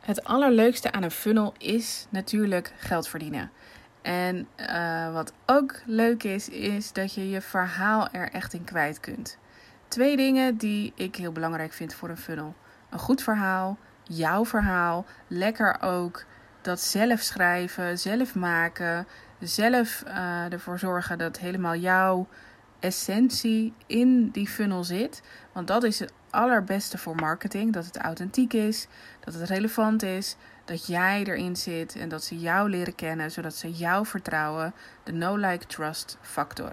Het allerleukste aan een funnel is natuurlijk geld verdienen. En wat ook leuk is dat je je verhaal er echt in kwijt kunt. 2 dingen die ik heel belangrijk vind voor een funnel. Een goed verhaal, jouw verhaal. Lekker ook dat zelf schrijven, zelf maken. Zelf ervoor zorgen dat helemaal jouw essentie in die funnel zit. Want dat is het allerbeste voor marketing. Dat het authentiek is, dat het relevant is, dat jij erin zit en dat ze jou leren kennen, zodat ze jou vertrouwen. De know-like-trust factor.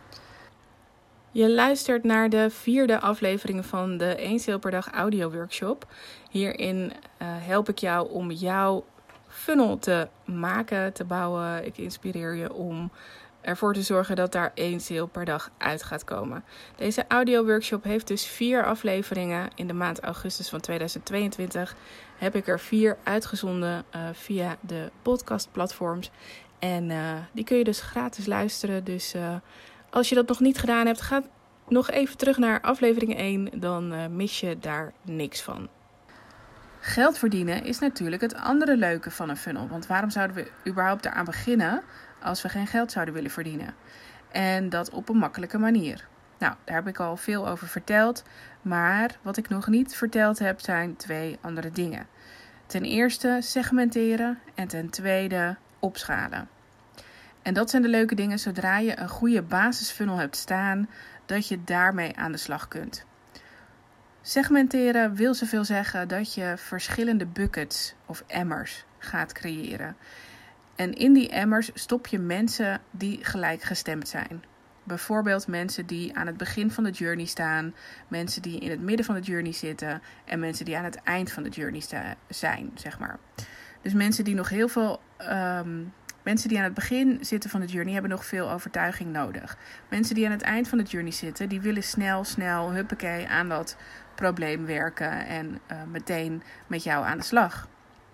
Je luistert naar de 4e aflevering van de 1 sale per dag audio workshop. Hierin help ik jou om jouw funnel te maken, te bouwen. Ik inspireer je om ervoor te zorgen dat daar 1 sale per dag uit gaat komen. Deze audio workshop heeft dus 4 afleveringen. In de maand augustus van 2022 heb ik er 4 uitgezonden via de podcastplatforms. En die kun je dus gratis luisteren. Dus als je dat nog niet gedaan hebt, ga nog even terug naar aflevering 1. Dan mis je daar niks van. Geld verdienen is natuurlijk het andere leuke van een funnel. Want waarom zouden we überhaupt eraan beginnen als we geen geld zouden willen verdienen? En dat op een makkelijke manier. Nou, daar heb ik al veel over verteld. Maar wat ik nog niet verteld heb, zijn 2 andere dingen. Ten eerste segmenteren en ten tweede opschalen. En dat zijn de leuke dingen zodra je een goede basisfunnel hebt staan, dat je daarmee aan de slag kunt. Segmenteren wil zoveel zeggen dat je verschillende buckets of emmers gaat creëren. En in die emmers stop je mensen die gelijkgestemd zijn. Bijvoorbeeld mensen die aan het begin van de journey staan, mensen die in het midden van de journey zitten en mensen die aan het eind van de journey zijn, zeg maar. Dus mensen die nog heel veel mensen die aan het begin zitten van de journey hebben nog veel overtuiging nodig. Mensen die aan het eind van de journey zitten, die willen snel, huppakee, aan dat probleem werken en meteen met jou aan de slag.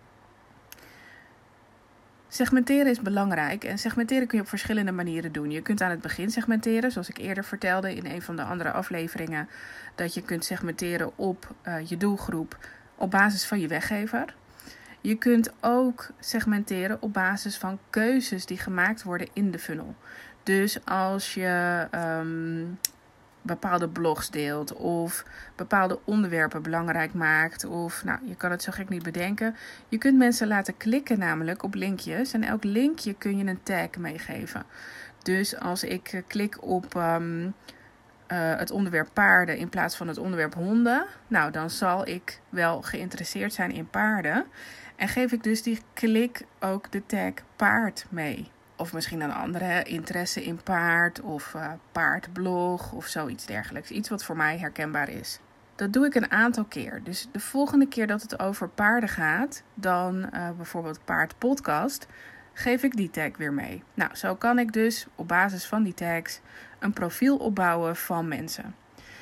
Segmenteren is belangrijk en segmenteren kun je op verschillende manieren doen. Je kunt aan het begin segmenteren, zoals ik eerder vertelde in een van de andere afleveringen, dat je kunt segmenteren op je doelgroep op basis van je weggever. Je kunt ook segmenteren op basis van keuzes die gemaakt worden in de funnel. Dus als je bepaalde blogs deelt of bepaalde onderwerpen belangrijk maakt, of nou, je kan het zo gek niet bedenken. Je kunt mensen laten klikken namelijk op linkjes en elk linkje kun je een tag meegeven. Dus als ik klik op het onderwerp paarden in plaats van het onderwerp honden, nou dan zal ik wel geïnteresseerd zijn in paarden. En geef ik dus die klik ook de tag paard mee. Of misschien een andere interesse in paard of paardblog of zoiets dergelijks. Iets wat voor mij herkenbaar is. Dat doe ik een aantal keer. Dus de volgende keer dat het over paarden gaat, dan bijvoorbeeld paardpodcast, geef ik die tag weer mee. Nou, zo kan ik dus op basis van die tags een profiel opbouwen van mensen.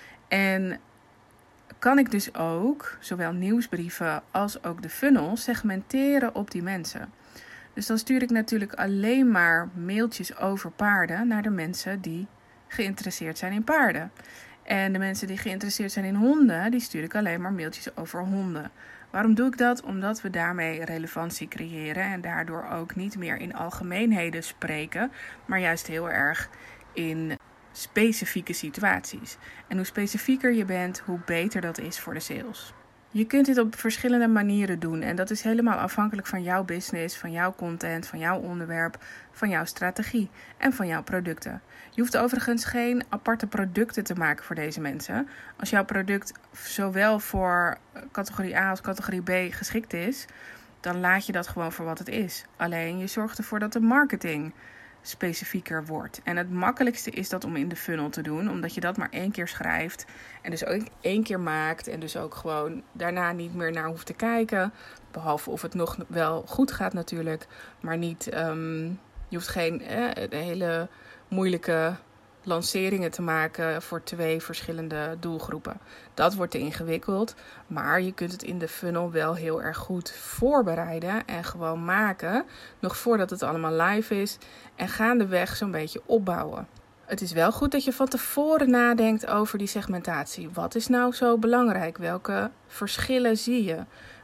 En kan ik dus ook, zowel nieuwsbrieven als ook de funnel, segmenteren op die mensen. Dus dan stuur ik natuurlijk alleen maar mailtjes over paarden naar de mensen die geïnteresseerd zijn in paarden. En de mensen die geïnteresseerd zijn in honden, die stuur ik alleen maar mailtjes over honden. Waarom doe ik dat? Omdat we daarmee relevantie creëren en daardoor ook niet meer in algemeenheden spreken, maar juist heel erg in specifieke situaties. En hoe specifieker je bent, hoe beter dat is voor de sales. Je kunt dit op verschillende manieren doen en dat is helemaal afhankelijk van jouw business, van jouw content, van jouw onderwerp, van jouw strategie en van jouw producten. Je hoeft overigens geen aparte producten te maken voor deze mensen. Als jouw product zowel voor categorie A als categorie B geschikt is, dan laat je dat gewoon voor wat het is. Alleen je zorgt ervoor dat de marketing specifieker wordt. En het makkelijkste is dat om in de funnel te doen, omdat je dat maar 1 keer schrijft en dus ook 1 keer maakt en dus ook gewoon daarna niet meer naar hoeft te kijken, behalve of het nog wel goed gaat natuurlijk, maar niet, je hoeft geen hele moeilijke lanceringen te maken voor 2 verschillende doelgroepen. Dat wordt te ingewikkeld, maar je kunt het in de funnel wel heel erg goed voorbereiden en gewoon maken, nog voordat het allemaal live is en gaandeweg zo'n beetje opbouwen. Het is wel goed dat je van tevoren nadenkt over die segmentatie. Wat is nou zo belangrijk? Welke verschillen zie je?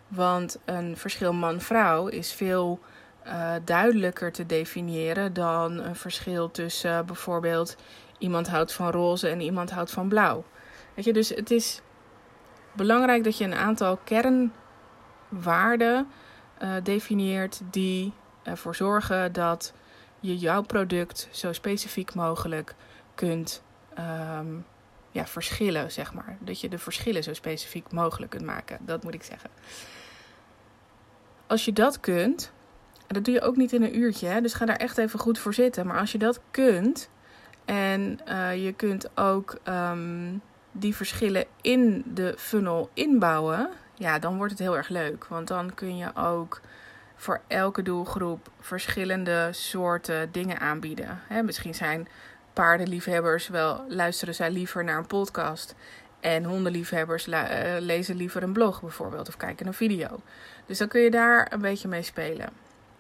Want een verschil man-vrouw is veel duidelijker te definiëren dan een verschil tussen bijvoorbeeld iemand houdt van roze en iemand houdt van blauw. Weet je, dus het is belangrijk dat je een aantal kernwaarden definieert die ervoor zorgen dat je jouw product zo specifiek mogelijk kunt verschillen, zeg maar. Dat je de verschillen zo specifiek mogelijk kunt maken. Dat moet ik zeggen. Als je dat kunt, en dat doe je ook niet in een uurtje, hè, dus ga daar echt even goed voor zitten. Maar als je dat kunt en je kunt ook die verschillen in de funnel inbouwen, ja, dan wordt het heel erg leuk. Want dan kun je ook voor elke doelgroep verschillende soorten dingen aanbieden. Hè, misschien zijn paardenliefhebbers luisteren zij liever naar een podcast. En hondenliefhebbers lezen liever een blog bijvoorbeeld of kijken een video. Dus dan kun je daar een beetje mee spelen.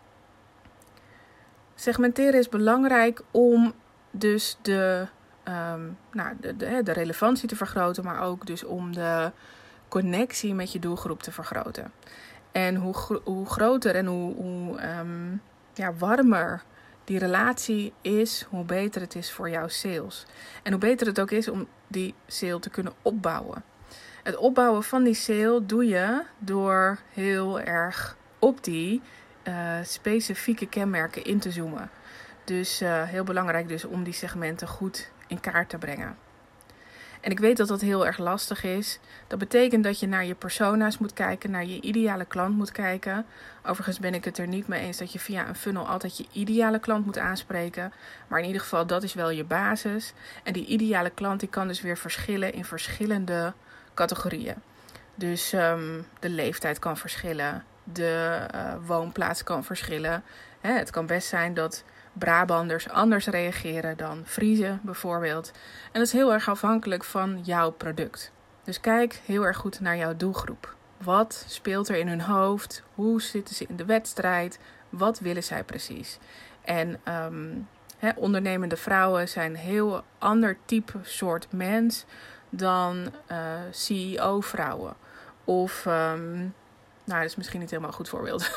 Segmenteren is belangrijk om dus de relevantie te vergroten, maar ook dus om de connectie met je doelgroep te vergroten. En hoe groter en hoe warmer die relatie is, hoe beter het is voor jouw sales. En hoe beter het ook is om die sale te kunnen opbouwen. Het opbouwen van die sale doe je door heel erg op die specifieke kenmerken in te zoomen. Dus heel belangrijk dus om die segmenten goed in kaart te brengen. En ik weet dat dat heel erg lastig is. Dat betekent dat je naar je persona's moet kijken, naar je ideale klant moet kijken. Overigens ben ik het er niet mee eens dat je via een funnel altijd je ideale klant moet aanspreken. Maar in ieder geval, dat is wel je basis. En die ideale klant die kan dus weer verschillen in verschillende categorieën. Dus de leeftijd kan verschillen, de woonplaats kan verschillen. Het kan best zijn dat Brabanders anders reageren dan Friezen bijvoorbeeld. En dat is heel erg afhankelijk van jouw product. Dus kijk heel erg goed naar jouw doelgroep. Wat speelt er in hun hoofd? Hoe zitten ze in de wedstrijd? Wat willen zij precies? En ondernemende vrouwen zijn een heel ander type soort mens dan CEO-vrouwen. Of, dat is misschien niet helemaal een goed voorbeeld.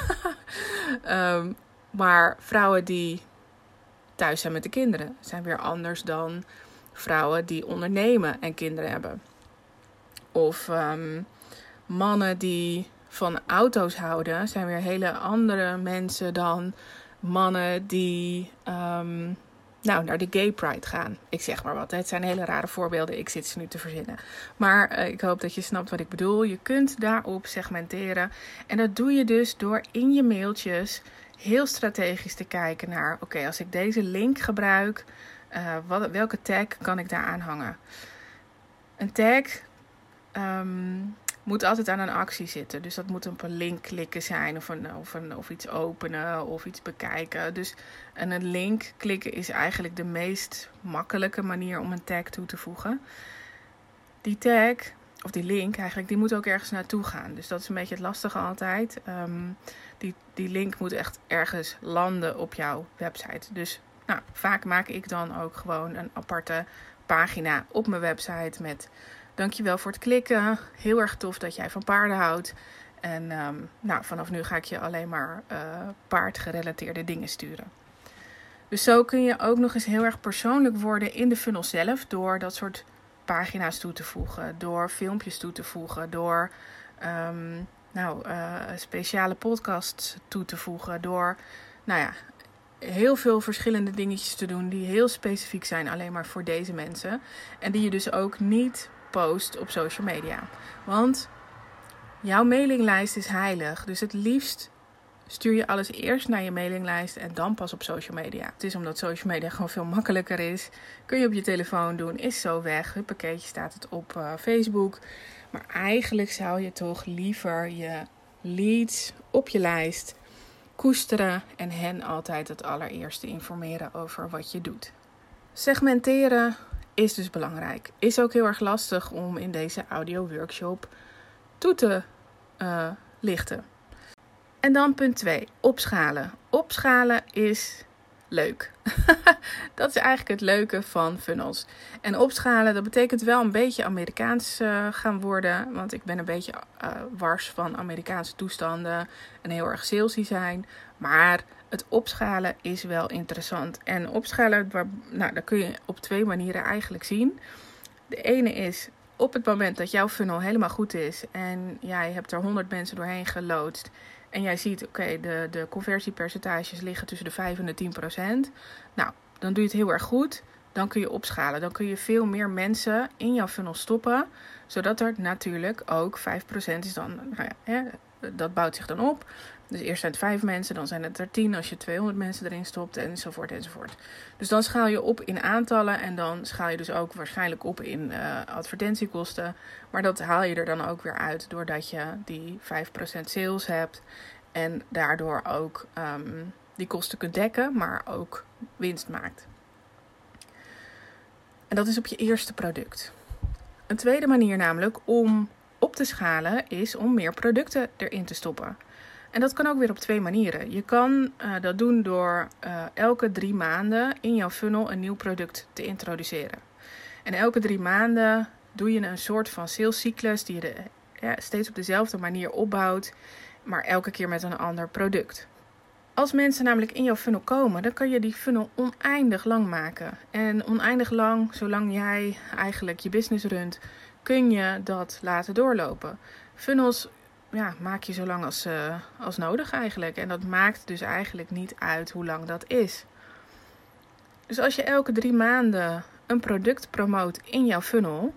Maar vrouwen die thuis zijn met de kinderen zijn weer anders dan vrouwen die ondernemen en kinderen hebben. Of mannen die van auto's houden zijn weer hele andere mensen dan mannen die naar de Gay Pride gaan. Ik zeg maar wat. Het zijn hele rare voorbeelden. Ik zit ze nu te verzinnen. Maar ik hoop dat je snapt wat ik bedoel. Je kunt daarop segmenteren. En dat doe je dus door in je mailtjes heel strategisch te kijken naar, oké, als ik deze link gebruik, welke tag kan ik daar aanhangen? Een tag moet altijd aan een actie zitten. Dus dat moet op een link klikken zijn of iets openen of iets bekijken. Dus een link klikken is eigenlijk de meest makkelijke manier om een tag toe te voegen. Die tag, of die link eigenlijk, die moet ook ergens naartoe gaan. Dus dat is een beetje het lastige altijd. Die link moet echt ergens landen op jouw website. Dus vaak maak ik dan ook gewoon een aparte pagina op mijn website met dankjewel voor het klikken. Heel erg tof dat jij van paarden houdt. En vanaf nu ga ik je alleen maar paardgerelateerde dingen sturen. Dus zo kun je ook nog eens heel erg persoonlijk worden in de funnel zelf. Door dat soort pagina's toe te voegen. Door filmpjes toe te voegen. Door speciale podcasts toe te voegen. Door heel veel verschillende dingetjes te doen die heel specifiek zijn alleen maar voor deze mensen. En die je dus ook niet post op social media. Want jouw mailinglijst is heilig. Dus het liefst stuur je alles eerst naar je mailinglijst en dan pas op social media. Het is omdat social media gewoon veel makkelijker is. Kun je op je telefoon doen, is zo weg. Huppakeetje staat het op Facebook. Maar eigenlijk zou je toch liever je leads op je lijst koesteren en hen altijd het allereerste informeren over wat je doet. Segmenteren is dus belangrijk. Is ook heel erg lastig om in deze audio workshop toe te lichten. En dan punt 2, opschalen. Opschalen is leuk. Dat is eigenlijk het leuke van funnels. En opschalen, dat betekent wel een beetje Amerikaans gaan worden. Want ik ben een beetje wars van Amerikaanse toestanden en heel erg salesy zijn. Maar het opschalen is wel interessant. En opschalen, dat kun je op 2 manieren eigenlijk zien. De ene is op het moment dat jouw funnel helemaal goed is en jij hebt er 100 mensen doorheen geloodst en jij ziet, de conversiepercentages liggen tussen de 5 en de 10%. Nou, dan doe je het heel erg goed. Dan kun je opschalen. Dan kun je veel meer mensen in jouw funnel stoppen, zodat er natuurlijk ook 5% is dan, dat bouwt zich dan op. Dus eerst zijn het 5 mensen, dan zijn het er 10 als je 200 mensen erin stopt enzovoort enzovoort. Dus dan schaal je op in aantallen en dan schaal je dus ook waarschijnlijk op in advertentiekosten. Maar dat haal je er dan ook weer uit doordat je die 5% sales hebt en daardoor ook die kosten kunt dekken, maar ook winst maakt. En dat is op je eerste product. Een tweede manier namelijk om op te schalen is om meer producten erin te stoppen. En dat kan ook weer op 2 manieren. Je kan dat doen door elke 3 maanden in jouw funnel een nieuw product te introduceren. En elke 3 maanden doe je een soort van salescyclus die je steeds op dezelfde manier opbouwt, maar elke keer met een ander product. Als mensen namelijk in jouw funnel komen, dan kan je die funnel oneindig lang maken. En oneindig lang, zolang jij eigenlijk je business runt, kun je dat laten doorlopen. Funnels maak je zo lang als nodig eigenlijk. En dat maakt dus eigenlijk niet uit hoe lang dat is. Dus als je elke 3 maanden een product promoot in jouw funnel,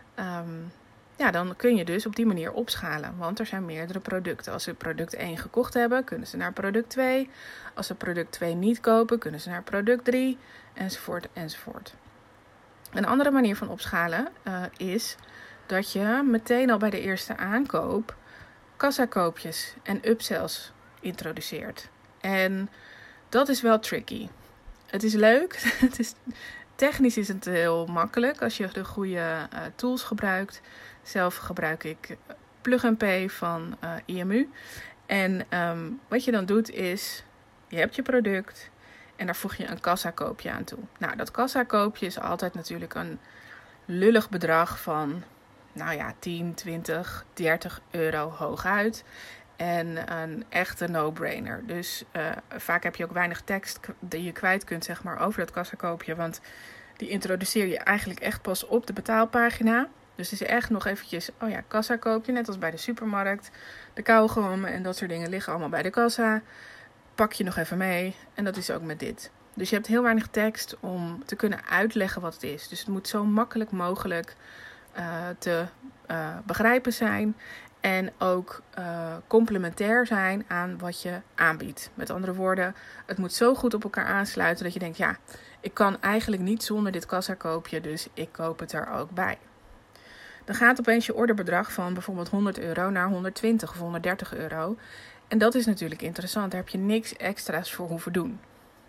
dan kun je dus op die manier opschalen. Want er zijn meerdere producten. Als ze product 1 gekocht hebben, kunnen ze naar product 2. Als ze product 2 niet kopen, kunnen ze naar product 3. Enzovoort, enzovoort. Een andere manier van opschalen is dat je meteen al bij de eerste aankoop kassakoopjes en upsells introduceert. En dat is wel tricky. Het is leuk. Technisch is het heel makkelijk als je de goede tools gebruikt. Zelf gebruik ik Plug and Pay van IMU. En wat je dan doet is, je hebt je product en daar voeg je een kassakoopje aan toe. Nou, dat kassakoopje is altijd natuurlijk een lullig bedrag van 10, 20, 30 euro hooguit. En een echte no-brainer. Dus vaak heb je ook weinig tekst die je kwijt kunt over dat kassakoopje. Want die introduceer je eigenlijk echt pas op de betaalpagina. Dus het is echt nog eventjes, kassakoopje. Net als bij de supermarkt. De kauwgom en dat soort dingen liggen allemaal bij de kassa. Pak je nog even mee. En dat is ook met dit. Dus je hebt heel weinig tekst om te kunnen uitleggen wat het is. Dus het moet zo makkelijk mogelijk te begrijpen zijn. En ook complementair zijn aan wat je aanbiedt. Met andere woorden, het moet zo goed op elkaar aansluiten dat je denkt, ik kan eigenlijk niet zonder dit kassakoopje, dus ik koop het er ook bij. Dan gaat opeens je orderbedrag van bijvoorbeeld 100 euro naar 120 of 130 euro. En dat is natuurlijk interessant, daar heb je niks extra's voor hoeven doen.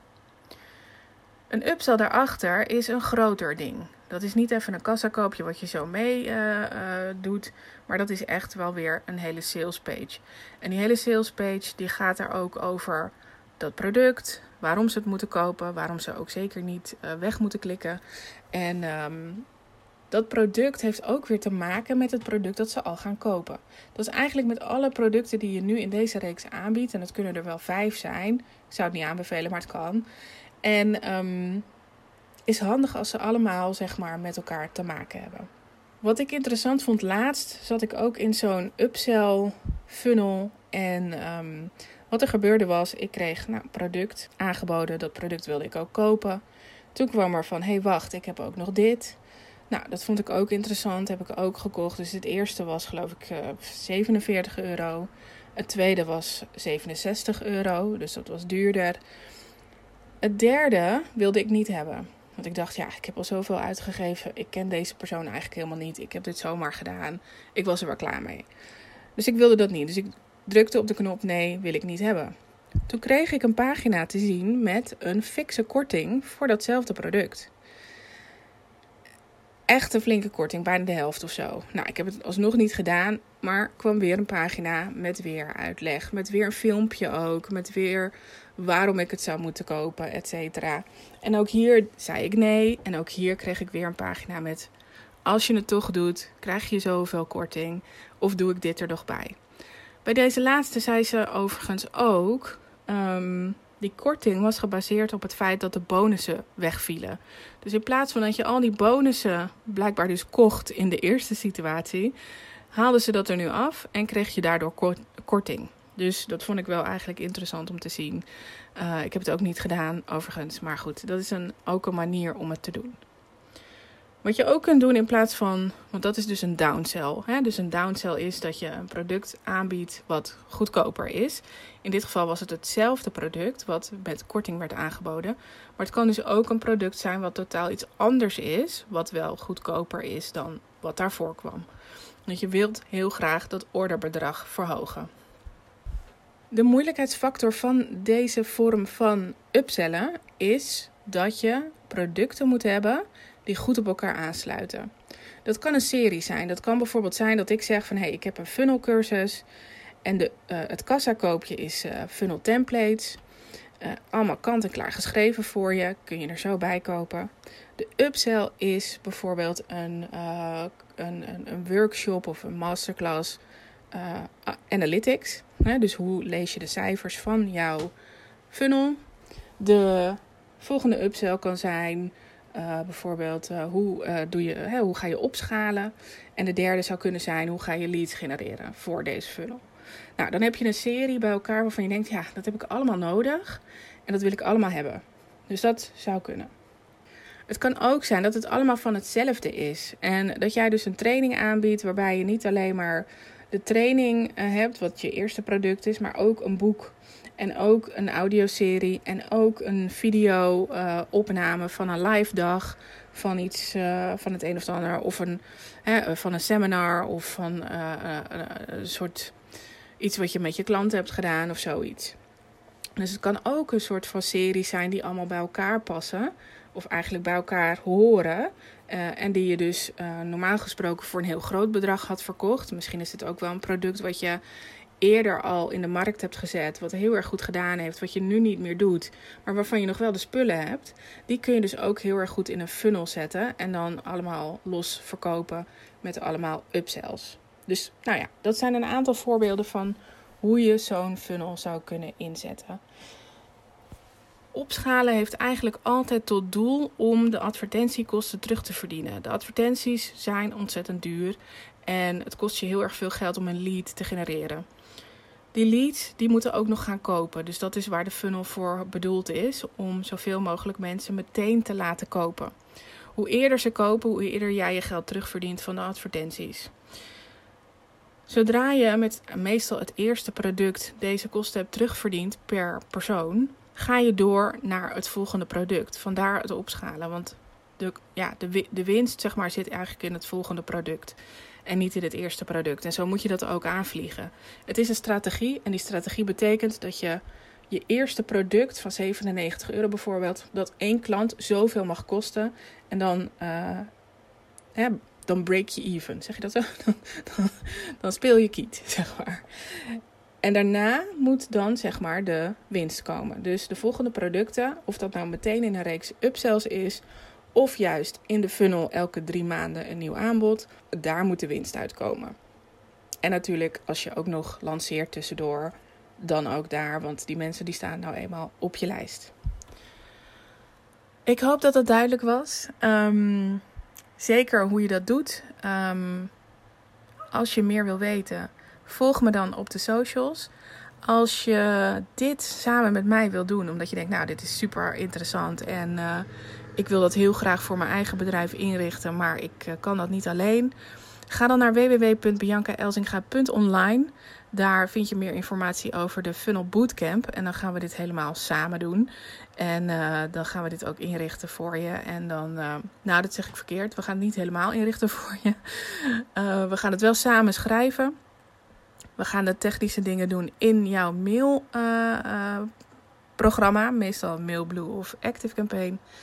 Een upsell daarachter is een groter ding. Dat is niet even een kassakoopje wat je zo mee doet. Maar dat is echt wel weer een hele sales page. En die hele sales page die gaat er ook over dat product. Waarom ze het moeten kopen. Waarom ze ook zeker niet weg moeten klikken. En dat product heeft ook weer te maken met het product dat ze al gaan kopen. Dat is eigenlijk met alle producten die je nu in deze reeks aanbiedt. En dat kunnen er wel 5 zijn. Ik zou het niet aanbevelen, maar het kan. En is handig als ze allemaal met elkaar te maken hebben. Wat ik interessant vond laatst, zat ik ook in zo'n upsell funnel. En wat er gebeurde was, ik kreeg product aangeboden. Dat product wilde ik ook kopen. Toen kwam er van, wacht, ik heb ook nog dit. Nou, dat vond ik ook interessant, heb ik ook gekocht. Dus het eerste was geloof ik 47 euro. Het tweede was 67 euro, dus dat was duurder. Het derde wilde ik niet hebben. Want ik dacht, ik heb al zoveel uitgegeven. Ik ken deze persoon eigenlijk helemaal niet. Ik heb dit zomaar gedaan. Ik was er wel klaar mee. Dus ik wilde dat niet. Dus ik drukte op de knop, nee, wil ik niet hebben. Toen kreeg ik een pagina te zien met een fikse korting voor datzelfde product. echt een flinke korting, bijna de helft of zo. Nou, ik heb het alsnog niet gedaan, maar kwam weer een pagina met weer uitleg. Met weer een filmpje ook, met weer waarom ik het zou moeten kopen, et cetera. En ook hier zei ik nee. En ook hier kreeg ik weer een pagina met: als je het toch doet, krijg je zoveel korting. Of doe ik dit er nog bij. Bij deze laatste zei ze overigens ook: die korting was gebaseerd op het feit dat de bonussen wegvielen. Dus in plaats van dat je al die bonussen blijkbaar dus kocht in de eerste situatie, haalden ze dat er nu af en kreeg je daardoor korting. Dus dat vond ik wel eigenlijk interessant om te zien. Ik heb het ook niet gedaan overigens, maar goed, dat is ook een manier om het te doen. Wat je ook kunt doen in plaats van, want dat is dus een downsell. Hè? Dus een downsell is dat je een product aanbiedt wat goedkoper is. In dit geval was het hetzelfde product wat met korting werd aangeboden. Maar het kan dus ook een product zijn wat totaal iets anders is, wat wel goedkoper is dan wat daarvoor kwam. Want je wilt heel graag dat orderbedrag verhogen. De moeilijkheidsfactor van deze vorm van upsellen is dat je producten moet hebben die goed op elkaar aansluiten. Dat kan een serie zijn. Dat kan bijvoorbeeld zijn dat ik zeg van ik heb een funnel cursus en het kassakoopje is funnel templates. Allemaal kant-en-klaar geschreven voor je. Kun je er zo bij kopen. De upsell is bijvoorbeeld een workshop of een masterclass analytics. Dus hoe lees je de cijfers van jouw funnel. De volgende upsell kan zijn bijvoorbeeld hoe ga je opschalen. En de derde zou kunnen zijn hoe ga je leads genereren voor deze funnel. Nou, dan heb je een serie bij elkaar waarvan je denkt, ja, dat heb ik allemaal nodig. En dat wil ik allemaal hebben. Dus dat zou kunnen. Het kan ook zijn dat het allemaal van hetzelfde is. En dat jij dus een training aanbiedt waarbij je niet alleen maar de training hebt, wat je eerste product is, maar ook een boek. En ook een audioserie en ook een video-opname van een live dag van iets van het een of het ander. Of van een seminar of van een soort iets wat je met je klanten hebt gedaan of zoiets. Dus het kan ook een soort van serie zijn die allemaal bij elkaar passen. Of eigenlijk bij elkaar horen. En die je dus normaal gesproken voor een heel groot bedrag had verkocht. Misschien is het ook wel een product wat je eerder al in de markt hebt gezet. Wat heel erg goed gedaan heeft. Wat je nu niet meer doet. Maar waarvan je nog wel de spullen hebt. Die kun je dus ook heel erg goed in een funnel zetten. En dan allemaal los verkopen met allemaal upsells. Dus nou ja, dat zijn een aantal voorbeelden van hoe je zo'n funnel zou kunnen inzetten. Opschalen heeft eigenlijk altijd tot doel om de advertentiekosten terug te verdienen. De advertenties zijn ontzettend duur en het kost je heel erg veel geld om een lead te genereren. Die leads die moeten ook nog gaan kopen. Dus dat is waar de funnel voor bedoeld is, om zoveel mogelijk mensen meteen te laten kopen. Hoe eerder ze kopen, hoe eerder jij je geld terugverdient van de advertenties. Zodra je met meestal het eerste product deze kosten hebt terugverdiend per persoon, ga je door naar het volgende product. Vandaar het opschalen, want de winst zeg maar, zit eigenlijk in het volgende product en niet in het eerste product. En zo moet je dat ook aanvliegen. Het is een strategie en die strategie betekent dat je eerste product van €97 bijvoorbeeld, dat 1 klant zoveel mag kosten en dan break je even. Zeg je dat zo? Dan speel je kiet, zeg maar. En daarna moet dan zeg maar de winst komen. Dus de volgende producten, of dat nou meteen in een reeks upsells is, of juist in de funnel elke 3 maanden een nieuw aanbod, daar moet de winst uitkomen. En natuurlijk als je ook nog lanceert tussendoor, dan ook daar, want die mensen die staan nou eenmaal op je lijst. Ik hoop dat dat duidelijk was. Zeker hoe je dat doet. Als je meer wil weten, volg me dan op de socials. Als je dit samen met mij wil doen, omdat je denkt, nou, dit is super interessant en ik wil dat heel graag voor mijn eigen bedrijf inrichten, maar ik kan dat niet alleen. Ga dan naar www.biancaelzinga.online. Daar vind je meer informatie over de Funnel Bootcamp. En dan gaan we dit helemaal samen doen. En dan gaan we dit ook inrichten voor je. En dan, dat zeg ik verkeerd. We gaan het niet helemaal inrichten voor je. We gaan het wel samen schrijven. We gaan de technische dingen doen in jouw mailprogramma. Meestal Mailblue of ActiveCampaign.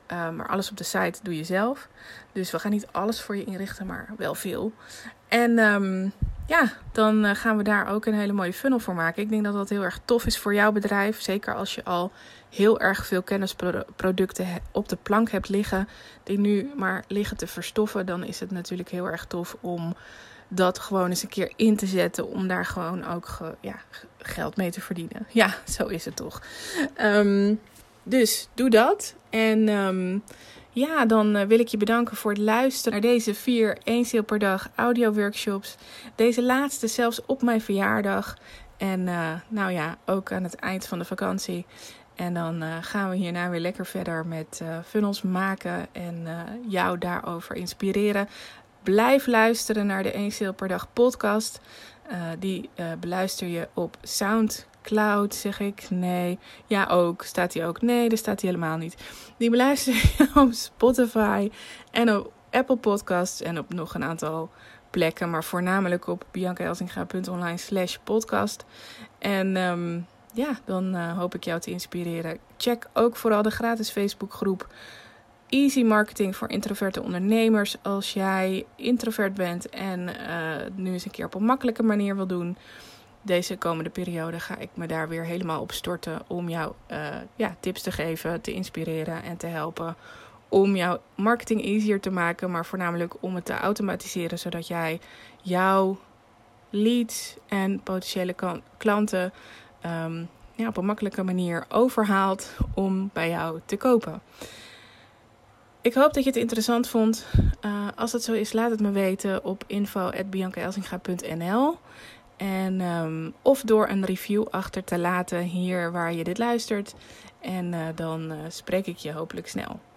Maar alles op de site doe je zelf. Dus we gaan niet alles voor je inrichten, maar wel veel. En dan gaan we daar ook een hele mooie funnel voor maken. Ik denk dat dat heel erg tof is voor jouw bedrijf. Zeker als je al heel erg veel kennisproducten op de plank hebt liggen, die nu maar liggen te verstoffen. Dan is het natuurlijk heel erg tof om dat gewoon eens een keer in te zetten. Om daar gewoon ook geld mee te verdienen. Ja, zo is het toch. Dus doe dat. En dan wil ik je bedanken voor het luisteren naar deze 4 1 sale per dag audio workshops. Deze laatste zelfs op mijn verjaardag. En ook aan het eind van de vakantie. En dan gaan we hierna weer lekker verder met funnels maken en jou daarover inspireren. Blijf luisteren naar de 1 sale per dag podcast. Die beluister je op SoundCloud, zeg ik. Nee. Ja, ook. Staat die ook? Nee, daar staat die helemaal niet. Die beluister je op Spotify en op Apple Podcasts en op nog een aantal plekken. Maar voornamelijk op biancaelsinga.online/podcast. En dan hoop ik jou te inspireren. Check ook vooral de gratis Facebookgroep Easy Marketing voor introverte ondernemers. Als jij introvert bent en nu eens een keer op een makkelijke manier wil doen. Deze komende periode ga ik me daar weer helemaal op storten om jou tips te geven, te inspireren en te helpen. Om jouw marketing easier te maken, maar voornamelijk om het te automatiseren. Zodat jij jouw leads en potentiële klanten op een makkelijke manier overhaalt om bij jou te kopen. Ik hoop dat je het interessant vond. Als dat zo is, laat het me weten op info@biancaelsinga.nl. Of door een review achter te laten hier waar je dit luistert. En dan spreek ik je hopelijk snel.